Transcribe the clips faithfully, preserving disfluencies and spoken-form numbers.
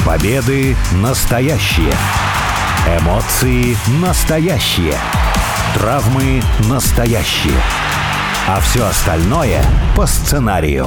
Победы настоящие. Эмоции настоящие. Травмы настоящие. А все остальное по сценарию.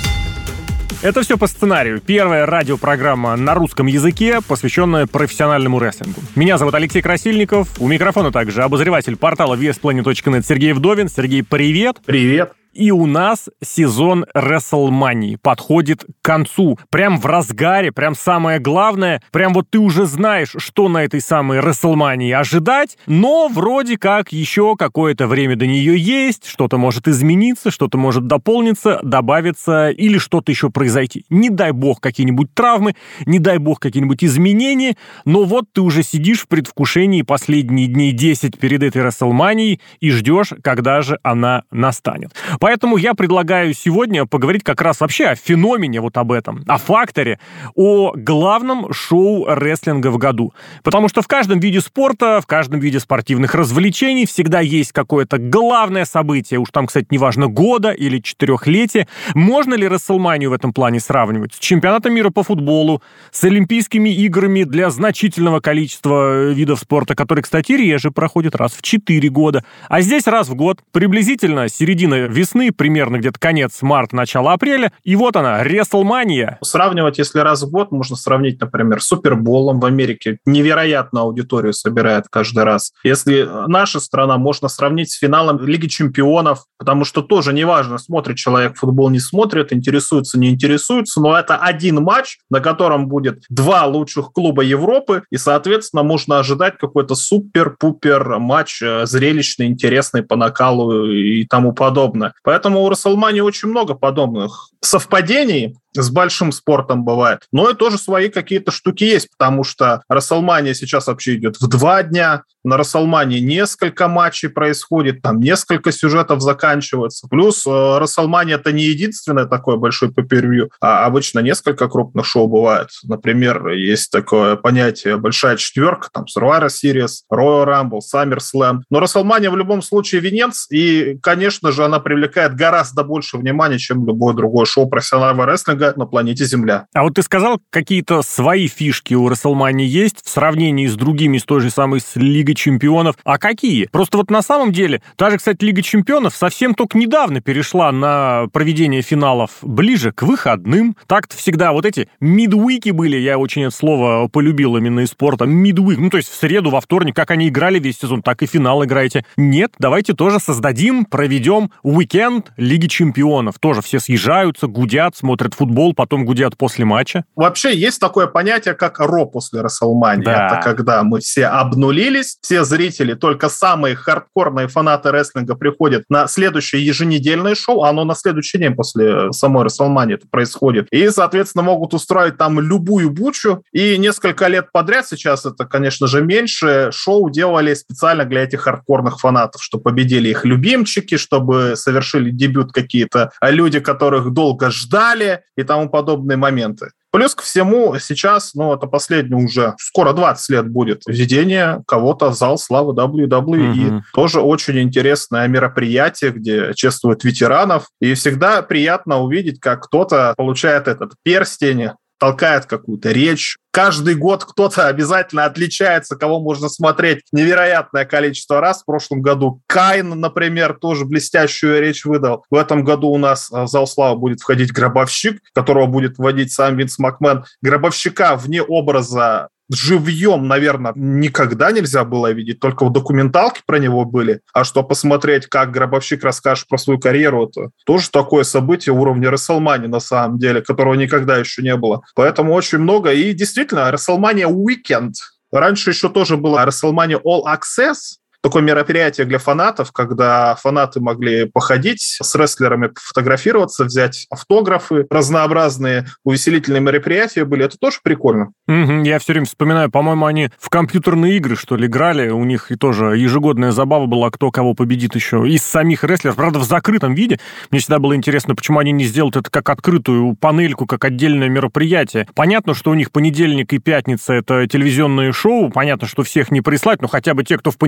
Это все по сценарию. Первая радиопрограмма на русском языке, посвященная профессиональному рестлингу. Меня зовут Алексей Красильников. У микрофона также обозреватель портала ви эс планет точка нет Сергей Вдовин. Сергей, привет. Привет. И у нас сезон WrestleMania подходит к концу. Прям в разгаре, прям самое главное. Прям вот ты уже знаешь, что на этой самой WrestleMania ожидать, но вроде как еще какое-то время до нее есть, что-то может измениться, что-то может дополниться, добавиться или что-то еще произойти. Не дай бог какие-нибудь травмы, не дай бог какие-нибудь изменения, но вот ты уже сидишь в предвкушении последние дней десять перед этой WrestleMania и ждешь, когда же она настанет. Поэтому я предлагаю сегодня поговорить как раз вообще о феномене вот об этом, о факторе, о главном шоу рестлинга в году. Потому что в каждом виде спорта, в каждом виде спортивных развлечений всегда есть какое-то главное событие, уж там, кстати, неважно, года или четырехлетия. Можно ли WrestleMania в этом плане сравнивать с чемпионатом мира по футболу, с Олимпийскими играми для значительного количества видов спорта, которые, кстати, реже проходят раз в четыре года, а здесь раз в год, приблизительно середина весны, примерно где-то конец марта, начало апреля, и вот она, WrestleMania. Сравнивать, если раз в год, можно сравнить, например, с Суперболом в Америке. Невероятную аудиторию собирает каждый раз. Если наша страна, можно сравнить с финалом Лиги Чемпионов, потому что тоже неважно, смотрит человек футбол, не смотрит, интересуется, не интересуется, но это один матч, на котором будет два лучших клуба Европы, и, соответственно, можно ожидать какой-то супер-пупер матч, зрелищный, интересный по накалу и тому подобное. Поэтому у WrestleMania очень много подобных совпадений с большим спортом бывает. Но и тоже свои какие-то штуки есть, потому что WrestleMania сейчас вообще идет в два дня. На WrestleMania несколько матчей происходит, там несколько сюжетов заканчивается. Плюс WrestleMania — это не единственное такое большое pay-per-view, а обычно несколько крупных шоу бывает. Например, есть такое понятие «большая четверка», там Survivor Series, Royal Rumble, SummerSlam. Но WrestleMania в любом случае венец, и, конечно же, она привлекает гораздо больше внимания, чем любое другое шоу профессионального рестлинга на планете Земля. А вот ты сказал, какие-то свои фишки у WrestleMania есть в сравнении с другими, с той же самой с Лигой Чемпионов. А какие? Просто вот на самом деле, та же, кстати, Лига Чемпионов совсем только недавно перешла на проведение финалов ближе к выходным. Так-то всегда вот эти мидуики были, я очень это слово полюбил именно из спорта, мидуик, ну то есть в среду, во вторник, как они играли весь сезон, так и финал играете. Нет, давайте тоже создадим, проведем уикенд Лиги Чемпионов. Тоже все съезжаются, гудят, смотрят футбол, потом гудят после матча. Вообще есть такое понятие, как Ро после WrestleMania. Да. Это когда мы все обнулились, все зрители, только самые хардкорные фанаты рестлинга приходят на следующее еженедельное шоу, а оно на следующий день после самой WrestleMania это происходит. И, соответственно, могут устроить там любую бучу. И несколько лет подряд, сейчас это, конечно же, меньше, шоу делали специально для этих хардкорных фанатов, чтобы победили их любимчики, чтобы совершили дебют какие-то люди, которых долго ждали, и тому подобные моменты. Плюс ко всему сейчас, ну, это последнее уже, скоро двадцать лет будет, введение кого-то в зал славы дабл ю дабл ю и. Mm-hmm. Тоже очень интересное мероприятие, где чествуют ветеранов. И всегда приятно увидеть, как кто-то получает этот перстень, толкает какую-то речь. Каждый год кто-то обязательно отличается, кого можно смотреть невероятное количество раз. В прошлом году Кайн, например, тоже блестящую речь выдал. В этом году у нас в зал славы будет входить Гробовщик, которого будет вводить сам Винс Макмен. Гробовщика вне образа живьем, наверное, никогда нельзя было видеть, только в документалке про него были. А что посмотреть, как Гробовщик расскажет про свою карьеру, это тоже такое событие уровня WrestleMania, на самом деле, которого никогда еще не было. Поэтому очень много. И действительно, WrestleMania Weekend. Раньше еще тоже было WrestleMania All Access, такое мероприятие для фанатов, когда фанаты могли походить с рестлерами, пофотографироваться, взять автографы, разнообразные увеселительные мероприятия были. Это тоже прикольно. Mm-hmm. Я все время вспоминаю, по-моему, они в компьютерные игры, что ли, играли. У них и тоже ежегодная забава была, кто кого победит еще. Из самих рестлеров, правда, в закрытом виде. Мне всегда было интересно, почему они не сделают это как открытую панельку, как отдельное мероприятие. Понятно, что у них понедельник и пятница — это телевизионные шоу. Понятно, что всех не прислать, но хотя бы те, кто в понедельник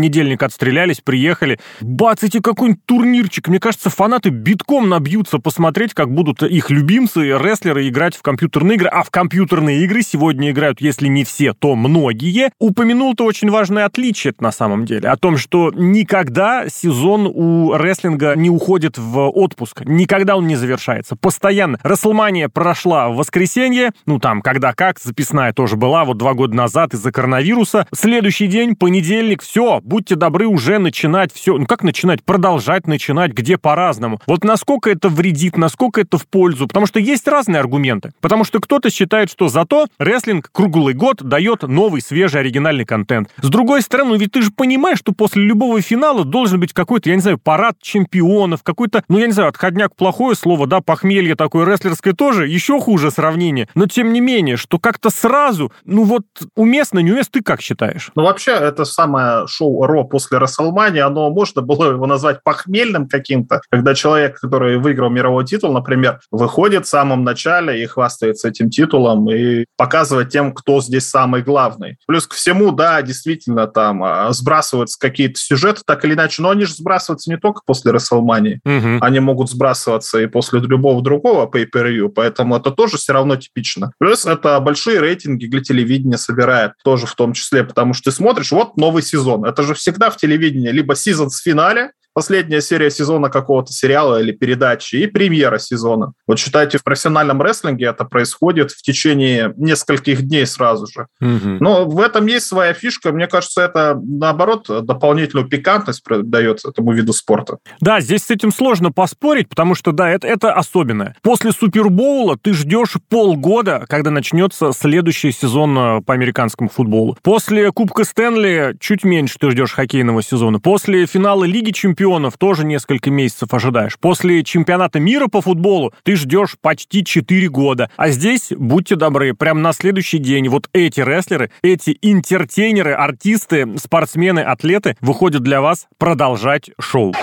денег, отстрелялись, приехали. Бацайте какой-нибудь турнирчик. Мне кажется, фанаты битком набьются посмотреть, как будут их любимцы, рестлеры играть в компьютерные игры. А в компьютерные игры сегодня играют, если не все, то многие. Упомянул ты очень важное отличие на самом деле. О том, что никогда сезон у рестлинга не уходит в отпуск. Никогда он не завершается. Постоянно. Расселмания прошла в воскресенье. Ну, там, когда как, записная тоже была, вот два года назад из-за коронавируса. Следующий день, понедельник, все, будьте добры уже начинать все. Ну, как начинать? Продолжать начинать, где по-разному. Вот насколько это вредит, насколько это в пользу. Потому что есть разные аргументы. Потому что кто-то считает, что зато рестлинг круглый год дает новый, свежий, оригинальный контент. С другой стороны, ну ведь ты же понимаешь, что после любого финала должен быть какой-то, я не знаю, парад чемпионов, какой-то, ну я не знаю, отходняк плохое слово, да, похмелье такое рестлерское тоже, еще хуже сравнение. Но тем не менее, что как-то сразу, ну вот уместно, неуместно, ты как считаешь? Ну вообще, это самое шоу Ро после Расселмании, оно можно было его назвать похмельным каким-то, когда человек, который выиграл мировой титул, например, выходит в самом начале и хвастается этим титулом и показывает тем, кто здесь самый главный. Плюс ко всему, да, действительно, там сбрасываются какие-то сюжеты, так или иначе, но они же сбрасываются не только после Расселмании, угу. Они могут сбрасываться и после любого другого pay-per-view, поэтому это тоже все равно типично. Плюс это большие рейтинги для телевидения собирает, тоже в том числе, потому что ты смотришь, вот новый сезон. Это же всегда в телевидении либо сезон с финале, последняя серия сезона какого-то сериала или передачи и премьера сезона. Вот считайте, в профессиональном рестлинге это происходит в течение нескольких дней сразу же. Mm-hmm. Но в этом есть своя фишка. Мне кажется, это, наоборот, дополнительную пикантность придает этому виду спорта. Да, здесь с этим сложно поспорить, потому что, да, это, это особенное. После Супербоула ты ждешь полгода, когда начнется следующий сезон по американскому футболу. После Кубка Стэнли чуть меньше ты ждешь хоккейного сезона. После финала Лиги Чемпионов тоже несколько месяцев ожидаешь. После чемпионата мира по футболу ты ждешь почти четыре года. А здесь, будьте добры, прямо на следующий день вот эти рестлеры, эти интертейнеры, артисты, спортсмены, атлеты выходят для вас продолжать шоу.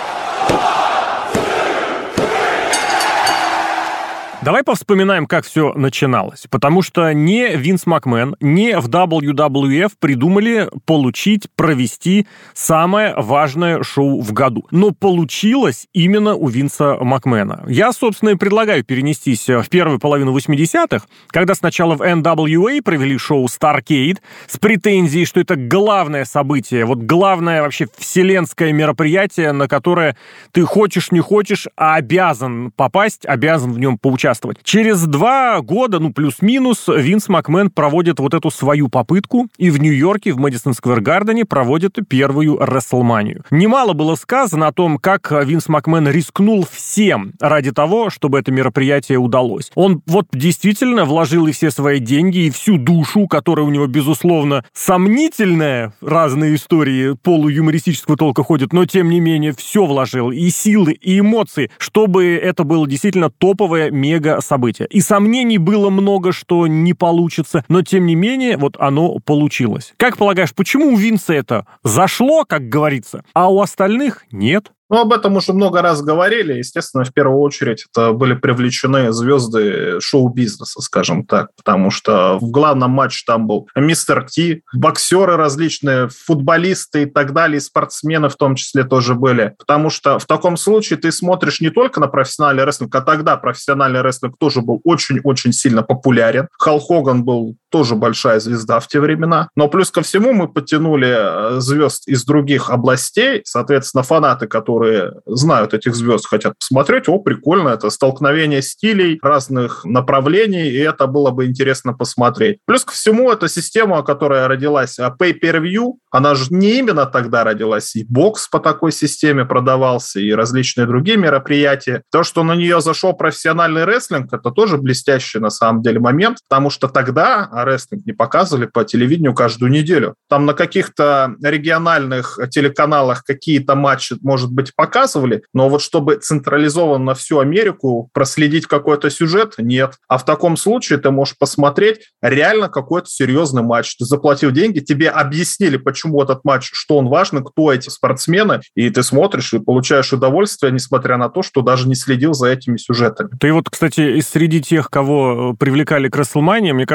Давай повспоминаем, как все начиналось, потому что не Винс Макмен, не в дабл ю дабл ю эф придумали получить, провести самое важное шоу в году. Но получилось именно у Винса Макмена. Я, собственно, и предлагаю перенестись в первую половину восьмидесятых, когда сначала в эн дабл ю эй провели шоу Starrcade с претензией, что это главное событие, вот главное вообще вселенское мероприятие, на которое ты хочешь, не хочешь, а обязан попасть, обязан в нем поучаствовать. Через два года, ну, плюс-минус, Винс Макмен проводит вот эту свою попытку и в Нью-Йорке, в Мэдисон Сквер Гардене проводит первую Расселманию. Немало было сказано о том, как Винс Макмен рискнул всем ради того, чтобы это мероприятие удалось. Он вот действительно вложил и все свои деньги, и всю душу, которая у него, безусловно, сомнительная, разные истории полуюмористического толка ходят, но, тем не менее, все вложил, и силы, и эмоции, чтобы это было действительно топовое мега событие. И сомнений было много, что не получится, но тем не менее, вот оно получилось. Как полагаешь, почему у Винса это зашло, как говорится, а у остальных нет? Ну, об этом уже много раз говорили. Естественно, в первую очередь это были привлечены звезды шоу-бизнеса, скажем так, потому что в главном матче там был мистер Ти, боксеры различные, футболисты и так далее, и спортсмены в том числе тоже были. Потому что в таком случае ты смотришь не только на профессиональный рестлинг, а тогда профессиональный рестлинг тоже был очень-очень сильно популярен. Халк Хоган был тоже большая звезда в те времена. Но плюс ко всему мы подтянули звезд из других областей, соответственно, фанаты, которые которые знают этих звезд, хотят посмотреть, о, прикольно, это столкновение стилей разных направлений, и это было бы интересно посмотреть. Плюс ко всему, эта система, которая родилась pay-per-view, она же не именно тогда родилась, и бокс по такой системе продавался, и различные другие мероприятия. То, что на нее зашел профессиональный рестлинг, это тоже блестящий на самом деле момент, потому что тогда рестлинг не показывали по телевидению каждую неделю. Там на каких-то региональных телеканалах какие-то матчи, может быть, показывали, но вот чтобы централизованно на всю Америку проследить какой-то сюжет, нет. А в таком случае ты можешь посмотреть реально какой-то серьезный матч. Ты заплатил деньги, тебе объяснили, почему этот матч, что он важный, кто эти спортсмены, и ты смотришь и получаешь удовольствие, несмотря на то, что даже не следил за этими сюжетами. Ты вот, кстати, среди тех, кого привлекали к Расселмании, мне кажется,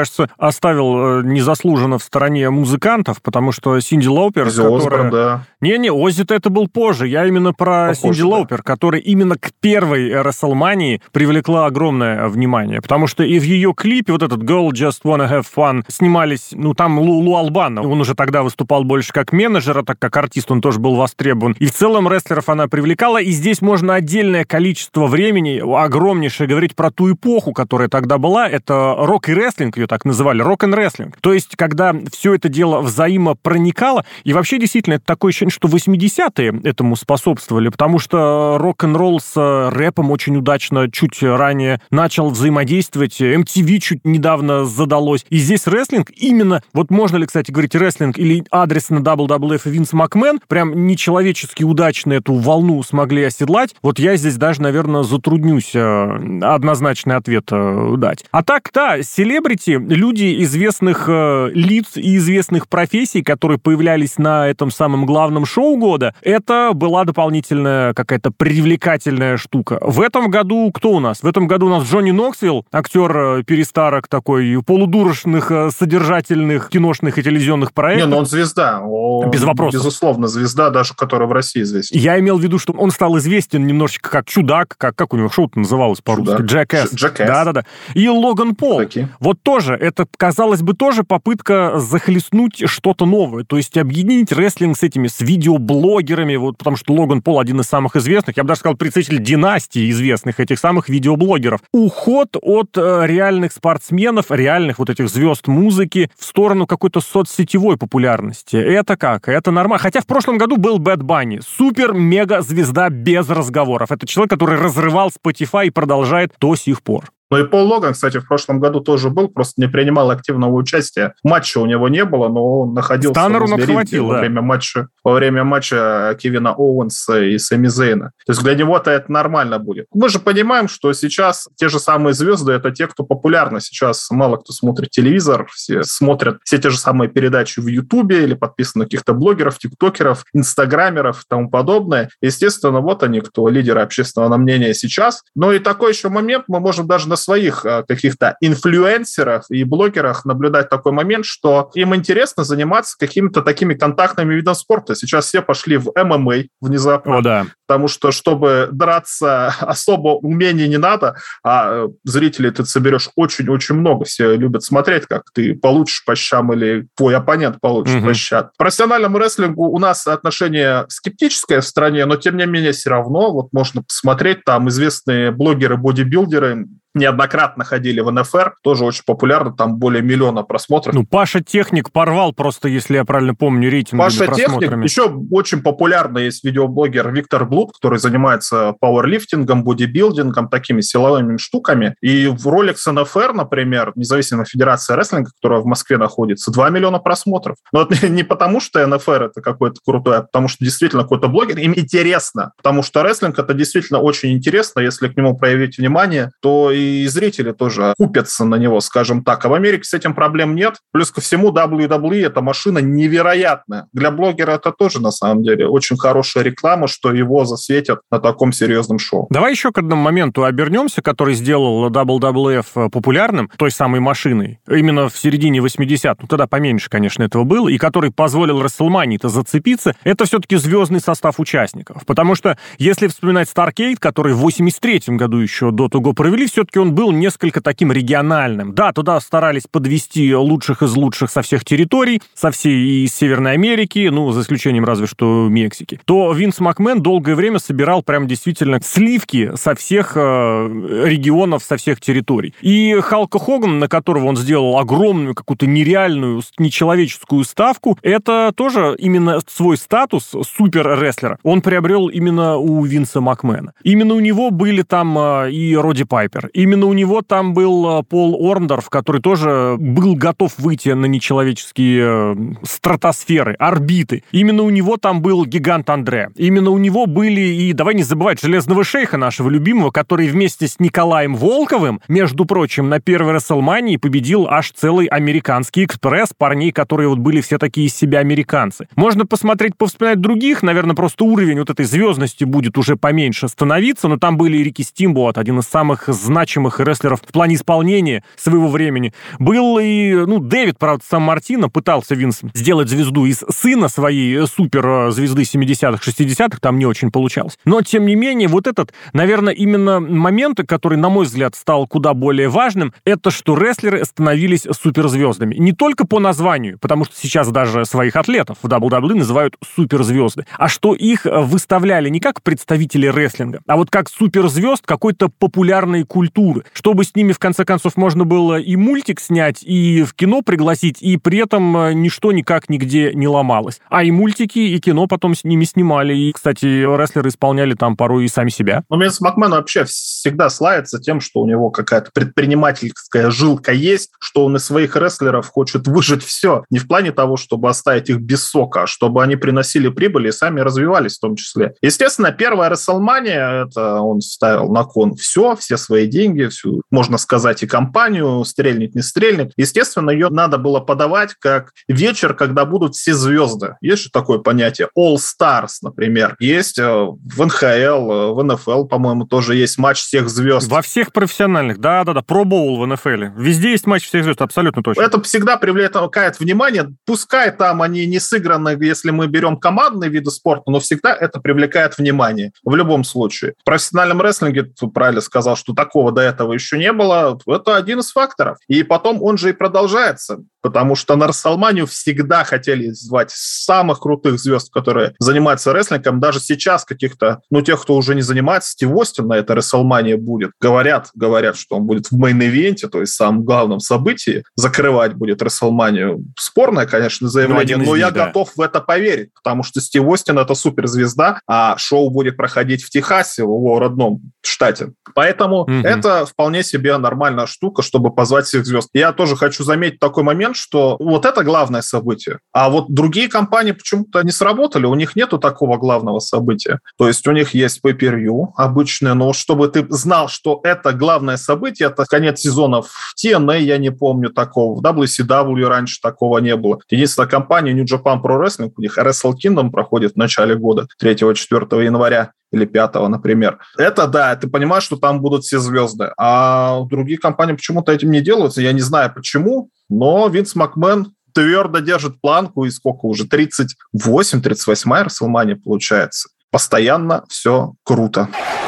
оставил незаслуженно в стороне музыкантов, потому что Синди Лоупер, которая... Осборн, да. Не-не, Оззи-то это был позже. Я именно про Попозже, Синди да. Лоупер, которая именно к первой WrestleMania привлекла огромное внимание. Потому что и в ее клипе вот этот Girl Just Wanna Have Fun снимались, ну, там Лу Албано. Он уже тогда выступал больше как менеджер, а так как артист он тоже был востребован. И в целом рестлеров она привлекала. И здесь можно отдельное количество времени, огромнейшее, говорить про ту эпоху, которая тогда была. Это рок и рестлинг, ее так называли, рок-н-рестлинг. То есть, когда все это дело взаимопроникало, и вообще действительно это такое ощущение, что восьмидесятые этому способствовали, потому что рок-н-ролл с рэпом очень удачно чуть ранее начал взаимодействовать, эм ти ви чуть недавно задалось. И здесь рестлинг именно, вот можно ли, кстати, говорить рестлинг или адресно дабл ю дабл ю эф и Винс Макмен, прям нечеловечески удачно эту волну смогли оседлать. Вот я здесь даже, наверное, затруднюсь однозначный ответ дать. А так, да, селебрити, люди известных лиц и известных профессий, которые появлялись на этом самом главном шоу года, это была дополнительная какая-то привлекательная штука. В этом году кто у нас? В этом году у нас Джонни Ноксвилл, актер перестарок такой, полудурочных, содержательных киношных и телевизионных проектов. Не, ну он звезда. Он, без вопросов. Безусловно, звезда, даже которая в России известна. Я имел в виду, что он стал известен немножечко как чудак, как, как у него шоу-то называлось по-русски? Джекэс. Да-да-да. И Логан Пол. Таки. Вот тоже, это, казалось бы, тоже попытка захлестнуть что-то новое, то есть объединить рестлинг с этими, с видеоблогерами, вот, потому что Логан Пол один из самых известных, я бы даже сказал, представитель династии известных этих самых видеоблогеров. Уход от э, реальных спортсменов, реальных вот этих звезд музыки в сторону какой-то соцсетевой популярности. Это как? Это нормально. Хотя в прошлом году был Бэд Банни. Супер-мега-звезда без разговоров. Это человек, который разрывал Spotify и продолжает до сих пор. Ну и Пол Логан, кстати, в прошлом году тоже был, просто не принимал активного участия. Матча у него не было, но он находился Станнеру в хватил, во, да. время матча, во время матча Кевина Оуэнса и Сами Зейна. То есть для него-то это нормально будет. Мы же понимаем, что сейчас те же самые звезды — это те, кто популярны. Сейчас мало кто смотрит телевизор, все смотрят все те же самые передачи в Ютубе или подписаны на каких-то блогеров, тиктокеров, инстаграмеров и тому подобное. Естественно, вот они, кто лидеры общественного мнения сейчас. Но и такой еще момент мы можем даже на своих каких-то инфлюенсеров и блогерах наблюдать такой момент, что им интересно заниматься какими-то такими контактными видами спорта. Сейчас все пошли в эм эм а внезапно. О, да. Потому что, чтобы драться, особо умений не надо, а зрителей ты соберешь очень-очень много. Все любят смотреть, как ты получишь по щам или твой оппонент получит mm-hmm. по щам. К профессиональному рестлингу у нас отношение скептическое в стране, но тем не менее все равно вот можно посмотреть, там известные блогеры-бодибилдеры неоднократно ходили в эн эф эр, тоже очень популярно, там более миллиона просмотров. Ну, Паша Техник порвал просто, если я правильно помню, рейтинговыми Паша просмотрами. Техник, еще очень популярный есть видеоблогер Виктор Блуд, который занимается пауэрлифтингом, бодибилдингом, такими силовыми штуками. И в ролик с эн эф эр, например, независимая федерация рестлинга, которая в Москве находится, два миллиона просмотров. Но это не потому, что эн эф эр это какой-то крутой, а потому что действительно какой-то блогер, им интересно. Потому что рестлинг это действительно очень интересно, если к нему проявить внимание, то и и зрители тоже купятся на него, скажем так. А в Америке с этим проблем нет. Плюс ко всему дабл ю дабл ю и – это машина невероятная. Для блогера это тоже, на самом деле, очень хорошая реклама, что его засветят на таком серьезном шоу. Давай еще к одному моменту обернемся, который сделал дабл ю дабл ю эф популярным, той самой машиной, именно в середине восьмидесятых, ну тогда поменьше, конечно, этого было, и который позволил WrestleMania-то зацепиться, это все-таки звездный состав участников. Потому что, если вспоминать Starrcade, который в восемьдесят третьем году еще до того провели, все-таки он был несколько таким региональным. Да, туда старались подвести лучших из лучших со всех территорий, со всей из Северной Америки, ну, за исключением разве что Мексики. То Винс Макмен долгое время собирал прям действительно сливки со всех э, регионов, со всех территорий. И Халка Хоган, на которого он сделал огромную какую-то нереальную, нечеловеческую ставку, это тоже именно свой статус супер-рестлера он приобрел именно у Винса Макмена. Именно у него были там э, и Роди Пайпер, именно у него там был э, Пол Орндорф, который тоже был готов выйти на нечеловеческие э, стратосферы, орбиты. Именно у него там был гигант Андре. Именно у него были и, давай не забывать, Железного Шейха, нашего любимого, который вместе с Николаем Волковым, между прочим, на первой WrestleMania победил аж целый американский экспресс парней, которые вот были все такие из себя американцы. Можно посмотреть, повспоминать других, наверное, просто уровень вот этой звездности будет уже поменьше становиться, но там были и Рики Стимбоат, один из самых значимых значимых рестлеров в плане исполнения своего времени. Был и, ну, Дэвид, правда, Сан-Мартино, пытался Винс сделать звезду из сына своей суперзвезды семидесятых, шестидесятых, там не очень получалось. Но, тем не менее, вот этот, наверное, именно момент, который, на мой взгляд, стал куда более важным, это что рестлеры становились суперзвездами. Не только по названию, потому что сейчас даже своих атлетов в дабл ю дабл ю и называют суперзвезды, а что их выставляли не как представители рестлинга, а вот как суперзвезд какой-то популярной культуры, чтобы с ними, в конце концов, можно было и мультик снять, и в кино пригласить, и при этом ничто никак нигде не ломалось. А и мультики, и кино потом с ними снимали, и, кстати, рестлеры исполняли там порой и сами себя. Но Винс Макмен вообще всегда славится тем, что у него какая-то предпринимательская жилка есть, что он из своих рестлеров хочет выжать все. Не в плане того, чтобы оставить их без сока, а чтобы они приносили прибыль и сами развивались в том числе. Естественно, первая WrestleMania, это он ставил на кон все, все свои деньги, всю, можно сказать, и компанию, стрельнет, не стрельнет. Естественно, ее надо было подавать как вечер, когда будут все звезды. Есть же такое понятие All Stars, например. Есть в эн ха эл, в эн эф эл, по-моему, тоже есть матч всех звезд. Во всех профессиональных, да-да-да, Pro Bowl в эн эф эл. Везде есть матч всех звезд, абсолютно точно. Это всегда привлекает внимание. Пускай там они не сыграны, если мы берем командные виды спорта, но всегда это привлекает внимание. В любом случае. В профессиональном рестлинге, ты правильно сказал, что такого до этого еще не было. Это один из факторов. И потом он же и продолжается. Потому что на WrestleMania всегда хотели звать самых крутых звезд, которые занимаются рестлингом. Даже сейчас каких-то, ну, тех, кто уже не занимается, Стив Остин на этой WrestleMania будет. Говорят, говорят, что он будет в мейн-ивенте, то есть в самом главном событии, закрывать будет WrestleMania. Спорное, конечно, заявление, ну, но я да. готов в это поверить, потому что Стив Остин — это суперзвезда, а шоу будет проходить в Техасе, в его родном штате. Поэтому mm-hmm. это вполне себе нормальная штука, чтобы позвать всех звезд. Я тоже хочу заметить такой момент, что вот это главное событие. А вот другие компании почему-то не сработали, у них нету такого главного события. То есть у них есть pay-per-view обычное, но чтобы ты знал, что это главное событие, это конец сезона в ти эн эй, я не помню такого, в дабл ю си дабл ю раньше такого не было. Единственная компания New Japan Pro Wrestling, у них Wrestle Kingdom проходит в начале года, третьего-четвёртого января. Или пятого, например. Это, да, ты понимаешь, что там будут все звезды. А другие компании почему-то этим не делаются. Я не знаю, почему, но Винс Макмен твердо держит планку, и сколько уже, тридцать восемь тридцать восемь WrestleMania получается. Постоянно все круто.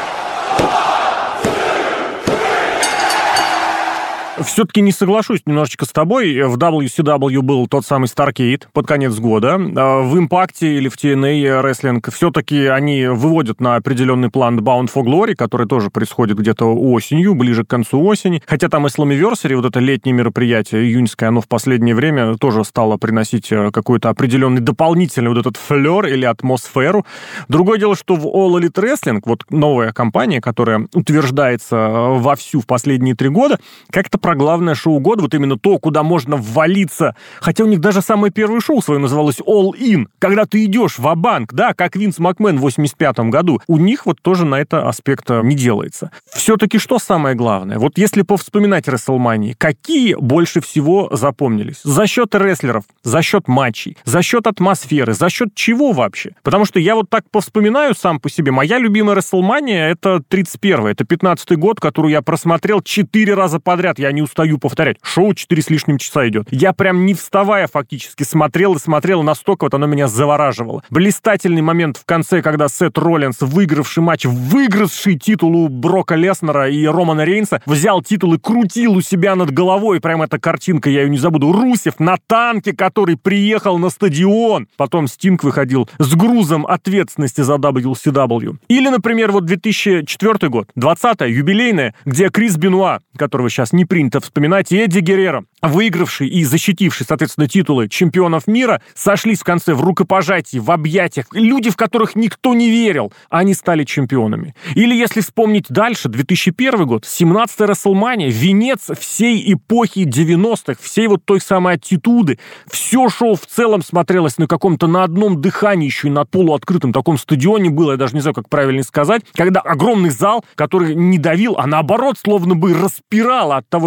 Все-таки не соглашусь немножечко с тобой. В дабл ю си дабл ю был тот самый Starrcade под конец года. В Импакте или в ти эн эй Wrestling все-таки они выводят на определенный план Bound for Glory, который тоже происходит где-то осенью, ближе к концу осени. Хотя там и Slammiversary, вот это летнее мероприятие июньское, оно в последнее время тоже стало приносить какой-то определенный дополнительный вот этот флер или атмосферу. Другое дело, что в All Elite Wrestling, вот новая компания, которая утверждается вовсю в последние три года, как-то про главное шоу года, вот именно то, куда можно ввалиться. Хотя у них даже самое первое шоу свое называлось All In, когда ты идешь ва-банк, да, как Винс Макмен в восемьдесят пятом году. У них вот тоже на это аспект не делается. Все-таки что самое главное? Вот если повспоминать WrestleMania, какие больше всего запомнились? За счет рестлеров, за счет матчей, за счет атмосферы, за счет чего вообще? Потому что я вот так повспоминаю сам по себе. Моя любимая WrestleMania — это тридцать первый, это пятнадцатый год, которую я просмотрел четыре раза подряд. Я не устаю повторять. Шоу четыре с лишним часа идет. Я прям не вставая фактически смотрел и смотрел, настолько вот оно меня завораживало. Блистательный момент в конце, когда Сет Роллинс, выигравший матч, выигравший титул у Брока Леснера и Романа Рейнса, взял титул и крутил у себя над головой. Прям эта картинка, я ее не забуду. Русев на танке, который приехал на стадион. Потом Стинг выходил с грузом ответственности за дабл ю си дабл ю. Или, например, вот две тысячи четвёртый год, двадцатое, юбилейное, где Крис Бенуа, которого сейчас не принято вспоминать, и Эдди Герреро, выигравший и защитивший, соответственно, титулы чемпионов мира, сошлись в конце в рукопожатии, в объятиях. Люди, в которых никто не верил, они стали чемпионами. Или, если вспомнить дальше, две тысячи первый год, семнадцатая WrestleMania, венец всей эпохи девяностых, всей вот той самой аттитуды. Все шоу в целом смотрелось на каком-то на одном дыхании, еще и на полуоткрытом таком стадионе было, я даже не знаю, как правильно сказать, когда огромный зал, который не давил, а наоборот, словно бы распирал от того,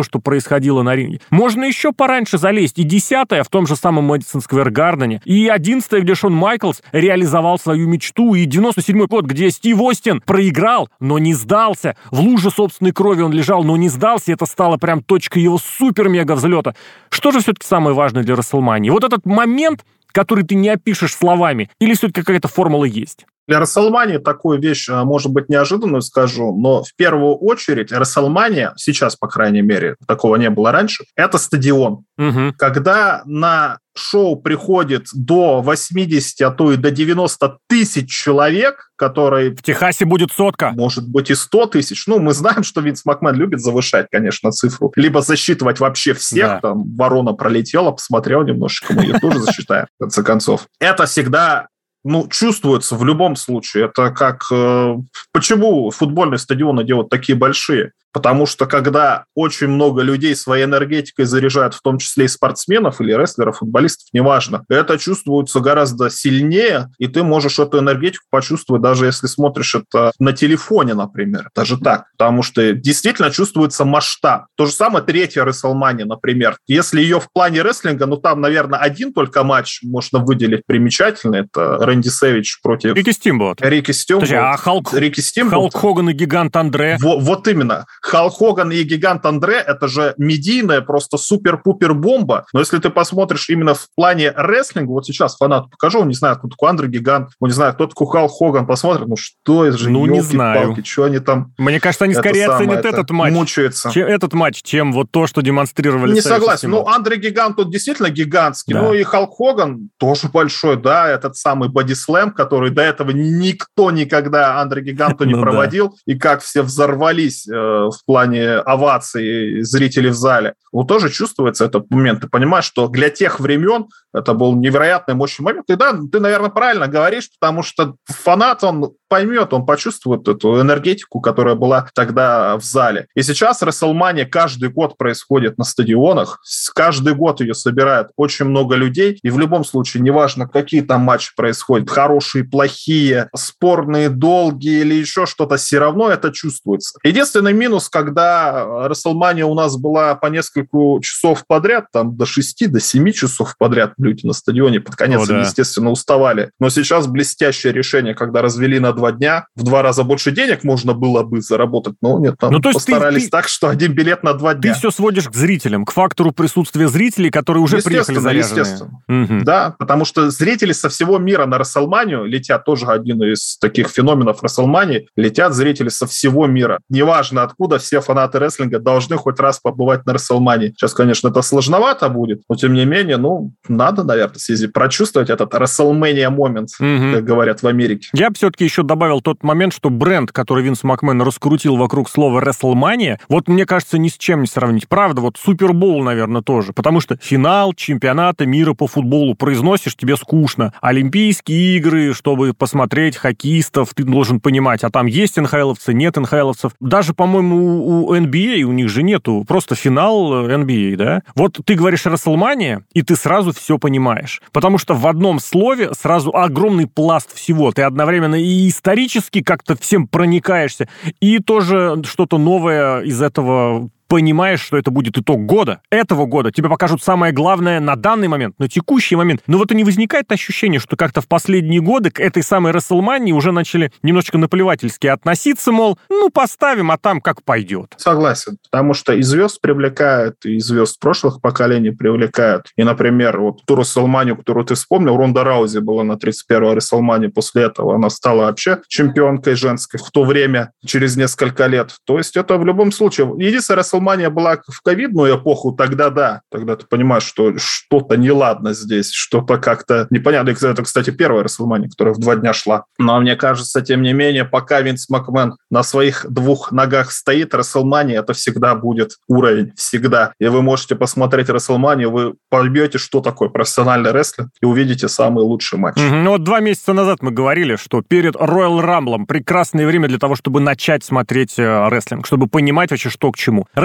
что происходило на ринге. Можно еще пораньше залезть. И десятое в том же самом Мэдисон Сквер Гардене. И одиннадцатое, где Шон Майклс реализовал свою мечту. И девяносто седьмой год, где Стив Остин проиграл, но не сдался. В луже собственной крови он лежал, но не сдался. И это стало прям точкой его супер-мега-взлета. Что же все-таки самое важное для Расселмании? Вот этот момент, который ты не опишешь словами, или все-таки какая-то формула есть? Для Расселмании такую вещь, может быть, неожиданную скажу, но в первую очередь Расселмания, сейчас, по крайней мере, такого не было раньше, это стадион. Угу. Когда на шоу приходит до восьмидесяти, а то и до девяноста тысяч человек, которые... В Техасе будет сотка. Может быть, и сто тысяч. Ну, мы знаем, что Винс Макмен любит завышать, конечно, цифру. Либо засчитывать вообще всех. Да. Там ворона пролетела, посмотрел немножечко, мы ее тоже засчитаем, в конце концов. Это всегда... Ну, чувствуется в любом случае. Это как... Э, почему футбольные стадионы делают такие большие? Потому что когда очень много людей своей энергетикой заряжают, в том числе и спортсменов или рестлеров, футболистов, неважно, это чувствуется гораздо сильнее, и ты можешь эту энергетику почувствовать, даже если смотришь это на телефоне, например. Даже так. Потому что действительно чувствуется масштаб. То же самое третья Расселмания, например. Если ее в плане рестлинга, ну там, наверное, один только матч можно выделить примечательный. Это Рэнди Сэвидж против... Рики Стимбот. Рики Стимбот. Подожди, а Халк... Рики Стимбот? Халк Хоган и Гигант Андре? Во, вот именно. Халк Хоган и Гигант Андре – это же медийная просто супер-пупер бомба. Но если ты посмотришь именно в плане рестлинга, вот сейчас фанату покажу, он не знает, кто такой Андре Гигант, он не знает, кто такой Халк Хоган, посмотрит, ну что это же, ну, не знаю. что они там... Мне кажется, они скорее это оценят самое, этот матч, мучаются. Чем, этот матч, чем вот то, что демонстрировали. Не согласен. Ну, Андре Гигант тут действительно гигантский. Да. Ну, и Халк Хоган тоже большой, да, этот самый бодислэм, который до этого никто никогда Андре Гиганту не проводил, и как все взорвались в плане оваций зрителей в зале. Вот тоже чувствуется этот момент. Ты понимаешь, что для тех времен это был невероятный мощный момент. И да, ты, наверное, правильно говоришь, потому что фанат, он поймет, он почувствует эту энергетику, которая была тогда в зале. И сейчас Расселмания каждый год происходит на стадионах. Каждый год ее собирают очень много людей. И в любом случае, неважно, какие там матчи происходят, хорошие, плохие, спорные, долгие или еще что-то, все равно это чувствуется. Единственный минус, когда Расселмания у нас была по несколько часов подряд, там до шести, до семи часов подряд люди на стадионе, под конец, О, да. естественно, уставали. Но сейчас блестящее решение, когда развели на два дня, в два раза больше денег можно было бы заработать, но нет, там ну, то есть постарались ты, так, что один билет на два дня. Ты все сводишь к зрителям, к фактору присутствия зрителей, которые уже приехали заряженные. Естественно, угу. Да, потому что зрители со всего мира на Расселманию летят, тоже один из таких феноменов Расселмании, летят зрители со всего мира. Неважно откуда, все фанаты рестлинга должны хоть раз побывать на Расселмании. Сейчас, конечно, это сложновато будет, но тем не менее, ну, надо, наверное, съездить, прочувствовать этот Расселмания момент, угу. как говорят в Америке. Я бы все-таки еще добавил тот момент, что бренд, который Винс Макмен раскрутил вокруг слова «Расселмания», вот мне кажется, ни с чем не сравнить. Правда, вот Супербоул, наверное, тоже. Потому что финал чемпионата мира по футболу произносишь, тебе скучно. Олимпийские игры, чтобы посмотреть хоккеистов, ты должен понимать, а там есть эн ха эловцы, нет эн ха эловцев. Даже, по-моему, у эн би эй у них же нету. Просто финал эн би эй, да? Вот ты говоришь «Расселмания», и ты сразу все понимаешь. Потому что в одном слове сразу огромный пласт всего. Ты одновременно и исторически как-то всем проникаешься, и тоже что-то новое из этого понимаешь, что это будет итог года, этого года. Тебе покажут самое главное на данный момент, на текущий момент. Но вот и не возникает ощущение, что как-то в последние годы к этой самой Расселмании уже начали немножечко наплевательски относиться, мол, ну, поставим, а там как пойдет. Согласен, потому что и звезд привлекают, и звезд прошлых поколений привлекают. И, например, вот ту Расселманию, которую ты вспомнил, Ронда Раузи была на тридцать первой Расселмании, после этого она стала вообще чемпионкой женской в то время, через несколько лет. То есть это в любом случае... Единственное, Расселмания была в ковидную эпоху, тогда да. Тогда ты понимаешь, что что-то неладно здесь, что-то как-то непонятно. Это, кстати, первая Расселмания, которая в два дня шла. Но мне кажется, тем не менее, пока Винс Макмен на своих двух ногах стоит, Расселмания это всегда будет уровень. Всегда. И вы можете посмотреть Расселманию, вы поймете, что такое профессиональный рестлинг, и увидите самый лучший матч. Угу. Ну вот два месяца назад мы говорили, что перед Royal Rumble прекрасное время для того, чтобы начать смотреть рестлинг, чтобы понимать вообще, что к чему.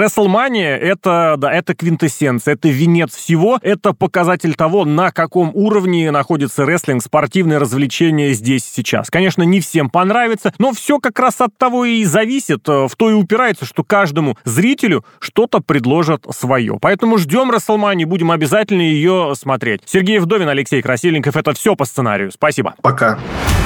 WrestleMania — это, да, это квинтэссенция, это венец всего, это показатель того, на каком уровне находится рестлинг, спортивное развлечение здесь и сейчас. Конечно, не всем понравится, но все как раз от того и зависит, в то и упирается, что каждому зрителю что-то предложат свое. Поэтому ждем WrestleMania, будем обязательно ее смотреть. Сергей Вдовин, Алексей Красильников. Это все по сценарию. Спасибо. Пока.